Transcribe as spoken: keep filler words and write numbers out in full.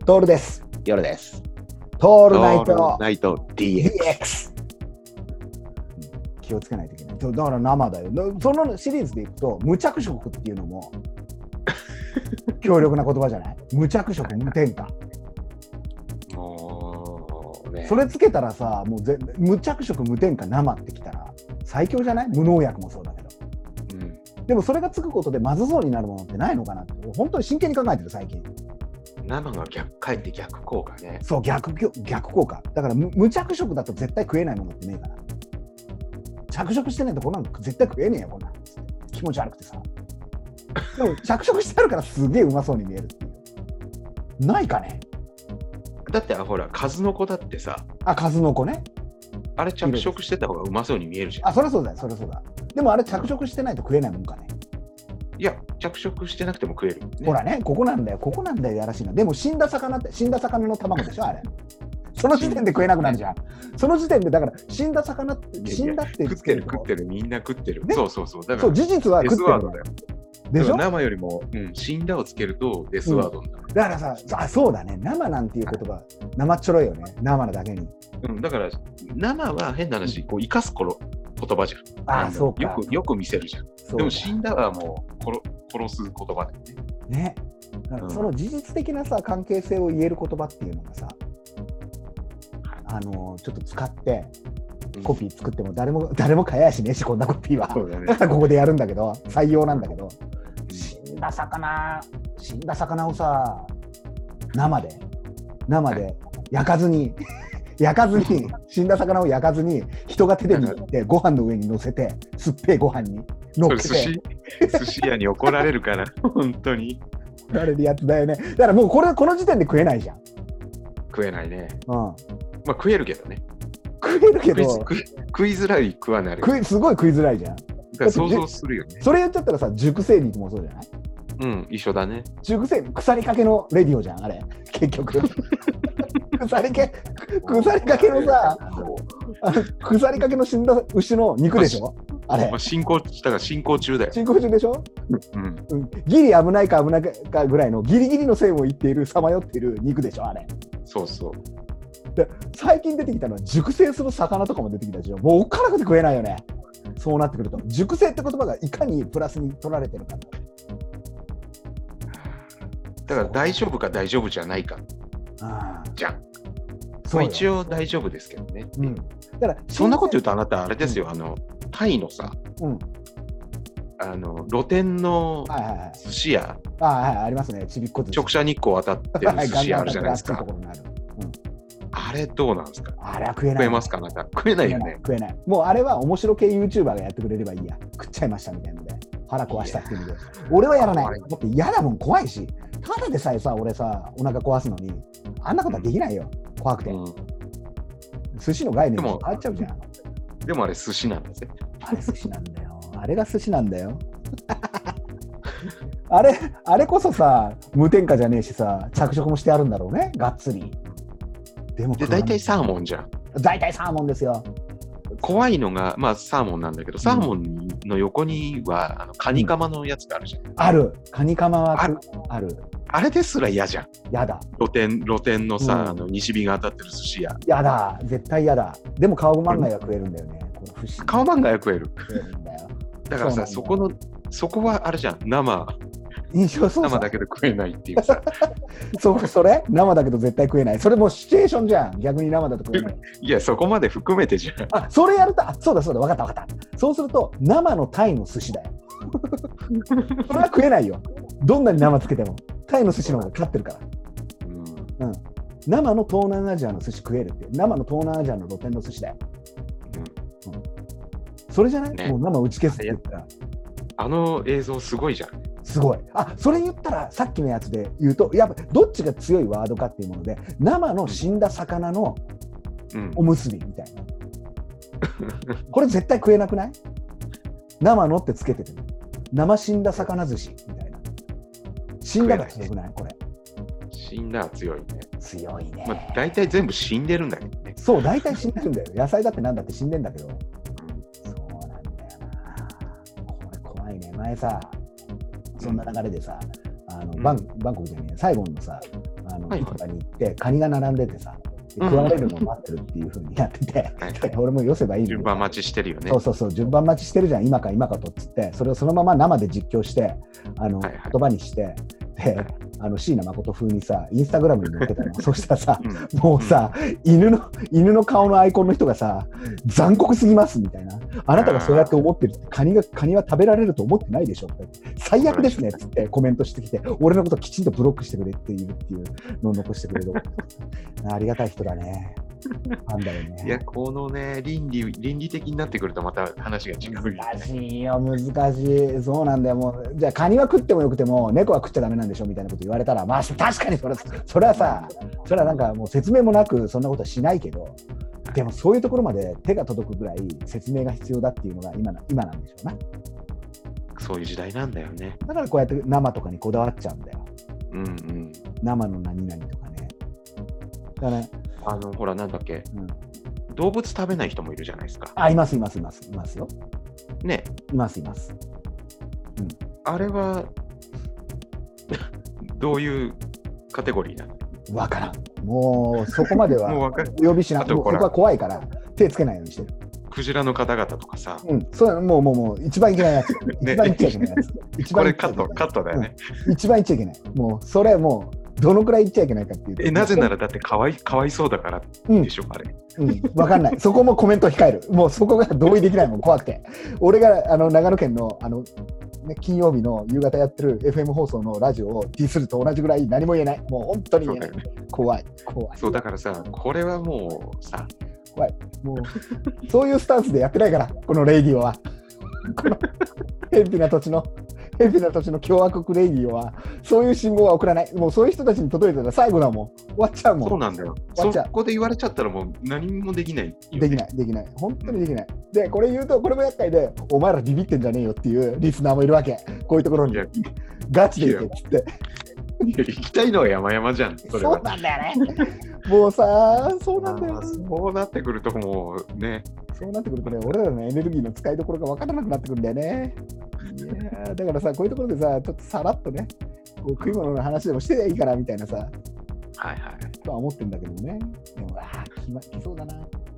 トールです。 夜です。 トールナイトナイト ディーエックス。 ディーエックス 気をつけないといけない。だから生だよ。そのシリーズでいくと無着色っていうのも強力な言葉じゃない？無着色無添加。 もうね。 それつけたらさ、もうぜ無着色無添加生ってきたら最強じゃない？無農薬もそうだけど。うん、でもそれがつくことでまずそうになるものってないのかなって本当に真剣に考えてる最近。 生が逆かえって逆効果ね。 そう、逆逆効果だから。無着色だと絶対食えないものってねえから。着色してないとこんなん絶対食えねえよこんなん。気持ち悪くてさ。でも着色してあるからすげえうまそうに見えるっていう。ないかね。 だってほら数の子だってさ。 あ、数の子ね。 あれ着色してた方がうまそうに見えるじゃん。 あ、そりゃそうだよ、そりゃそうだ。でもあれ着色してないと食えないもんかね。 いや、着色してなくても食える、ね。 ほらね、ここなんだよ、ここなんだよ、やらしいな。でも死んだ魚って、死んだ魚の卵でしょ、あれ。その時点で食えなくなるじゃん。その時点で、だから死んだ魚って、死んだって食ってる、食ってる、みんな食ってる。ね、そうそうそう。だからそう、事実は食ってる。デスワードだよ。でしょ？生よりも、うん、死んだをつけるとデスワードになる、 うん。だからさ、あ、そうだね、生なんていう言葉、生っちょろいよね、生なだけに。 うん、だから生は変な話、こう生かす頃言葉じゃん。 ああ、そうか。 よくよく見せるじゃん。でも死んだはもう殺、殺す言葉だよね。 ね。だからその事実的なさ、関係性を言える言葉っていうのがさ、あのちょっと使ってコピー作っても誰も誰も買えやしねえし、こんなコピーは。 そうだね、 だからここでやるんだけど、採用なんだけど、死んだ魚、死んだ魚をさ、生で生で焼かずに。焼かずに、死んだ魚を焼かずに、人が手で握ってご飯の上に乗せて、酸っぱいご飯に乗っけて。 寿司、寿司屋に怒られるから、本当に。 怒られるやつだよね。だからもうこれ、この時点で食えないじゃん。 食えないね。 うん。まあ食えるけどね。 食えるけど。 食い、食いづらい食わない。 食い、すごい食いづらいじゃん。 だから想像するよね。 それ言っちゃったらさ、熟成肉もそうじゃない？ うん、一緒だね。 熟成、腐りかけのレディオじゃん、あれ。結局。腐りかけ、腐りかけのさ、あの腐りかけの死んだ牛の肉でしょ、あれ。 まあ、進行したら進行中だよ。 進行中でしょ、 うんうん、ギリ危ないか危ないかぐらいのギリギリの線を言っている、さまよっている肉でしょ、あれ。 そうそう。 で最近出てきたのは熟成する魚とかも出てきたでしょ。もうおっかなくて食えないよね。そうなってくると、熟成って言葉がいかにプラスに取られてるか。 だから大丈夫か大丈夫じゃないか。 あじゃん。そう一応大丈夫ですけどね。 うん、だからそんなこと言うとあなたあれですよ、うん、あのタイのさ、うん、あの露天の寿司屋、 はいはいはい、あ、ありますね。ちびっこ寿司。 直射日光当たってる寿司屋あるじゃないですか。 うん、 あれどうなんですか？ あれは食えない。 食えますか？あなた食えないよね。 食えない。もうあれは面白系 YouTuber がやってくれればいいや。食っちゃいましたみたいなので腹壊したっていうので、俺はやらない。だって嫌だもん、怖いし。ただでさえさ、俺さ、お腹壊すのに、あんなことはできないよ。怖くて。うん、寿司の概念も変わっちゃうじゃん。 でもあれ寿司なんですね。 あれ寿司なんだよ。あれが寿司なんだよ。あれ、あれこそさ、無添加じゃねえしさ、着色もしてあるんだろうね、がっつり。 でも、で、大体サーモンじゃん。 大体サーモンですよ。 怖いのが、まあサーモンなんだけど、サーモンの横には、あのカニカマのやつがあるじゃん。うん、 ある。カニカマはある。ある。 あれですら嫌じゃん。 やだ。 露天、露天のさ、うん、あの西日が当たってる寿司屋。 やだ。絶対やだ。でもカオマンガイは食えるんだよね。この不思議。 カオマンガイは食える。 食えるんだよ。 だからさ、そこの、そこはあれじゃん。生。 そうそう生だけど食えないっていうさ。 そ, それ生だけど絶対食えない。それもシチュエーションじゃん。逆に生だと食えない。 いや、そこまで含めてじゃん。 あ、それやると、あ、そうだそうだ、分かった分かった。そうすると、生のタイの寿司だよ。それは食えないよ。どんなに生つけても。タイの寿司の方が勝ってるから。うん。うん、生の東南アジアの寿司食えるって。生の東南アジアの露天の寿司だよ。うんうん、それじゃない、ね、もう生打ち消すって言ったら。 あの映像すごいじゃん。 すごい。あ、それ言ったらさっきのやつで言うと、やっぱどっちが強いワードかっていうもので、生の死んだ魚のおむすびみたいな、うん、これ絶対食えなくない？生のってつけてて、生死んだ魚寿司みたいな。死んだが強くない？これ死んだは強いね。 強いね。 まあ、大体全部死んでるんだけどね。 そう、大体死んでるんだよ。野菜だってなんだって死んでんだけど、うん、そうなんだよな。これ怖いね。前さ、そんな流れでさ、あのバン、バンコクじゃねえ、サイゴンのさ、ああの、はいはい、市場に行って、カニが並んでてさ、食われるのを待ってるっていう風になってて、うん、俺もよせばいいの順番待ちしてるよね。 そうそうそう、順番待ちしてるじゃん、今か今かとっつって、それをそのまま生で実況して、あの、はいはい、言葉にして、で、はい、あの椎名誠風にさ、インスタグラムに載っけたの。そしたらさ、うん、もうさ、うん、犬の、犬の顔のアイコンの人がさ、残酷すぎますみたいな。あなたがそうやって思ってるって、カニが、カニは食べられると思ってないでしょって。最悪ですねっつってコメントしてきて、俺のこときちんとブロックしてくれっていうっていうのを残してくれる。ありがたい人だね。なんだよね。 いや、このね、倫理、倫理的になってくるとまた話が違う、ね。 難しいよ、難しい。そうなんだよ。もう、じゃあカニは食ってもよくても、猫は食っちゃダメなんでしょみたいなこと言われたら、まあ、確かにそれ、それはさ、それはなんかもう説明もなくそんなことはしないけど、でもそういうところまで手が届くぐらい説明が必要だっていうのが今な、今なんでしょうな。 そういう時代なんだよね。 だからこうやって生とかにこだわっちゃうんだよ。 うんうん。 生の何々とかね。だからね、 あのほらなんだっけ、うん、動物食べない人もいるじゃないですか。 あ、いますいますいますいますよ。 ね、 いますいます。 うん、あれはどういうカテゴリーなの？ わからん。もうそこまでは呼びしなくて、僕は怖いから手つけないようにしてる。 クジラの方々とかさ、 うん、そうもうもうもう一番いけないやつ、ね、一番言っちゃいけないやつ。 一番これカットカットだよね、 うん。一番言っちゃいけない。もうそれもうどのくらい言っちゃいけないかっていうと。 え、なぜならだってかわいかわいそうだからでしょ、うん、あれ。 うん、わかんない。そこもコメント控える。もうそこが同意できないもん、怖くて。俺があの長野県のあの。ね、金曜日の夕方やってる エフエム 放送のラジオをディスると同じぐらい何も言えない。もう本当に言えない。ね、怖い怖い。 そうだからさ、これはもうさ、 怖い。もうそういうスタンスでやってないから、このレイディオは。この偏僻な土地の偏僻な土地の共和国レイディオはそういう信号は送らない。もうそういう人たちに届いたら最後だもん。終わっちゃうもん。 そうなんだよ。そこで言われちゃったらもう何もできない、ね。 できないできない。本当にできない。うん、でこれ言うとこれも厄介で、お前らビビってんじゃねえよっていうリスナーもいるわけ。こういうところにガチで行けっつって。 いや行きたいのは山々じゃん。それはそうなんだよね。もうさ、そうなんだよ。 そうなってくるともうね。 そうなってくるとね、俺らのエネルギーの使いどころが分からなくなってくるんだよね。いやだからさ、こういうところでさ、ちょっとさらっとね、こう食い物の話でもしていいかなみたいなさ、 はいはい。 とは思ってるんだけどね。でも、ああ、来そうだな。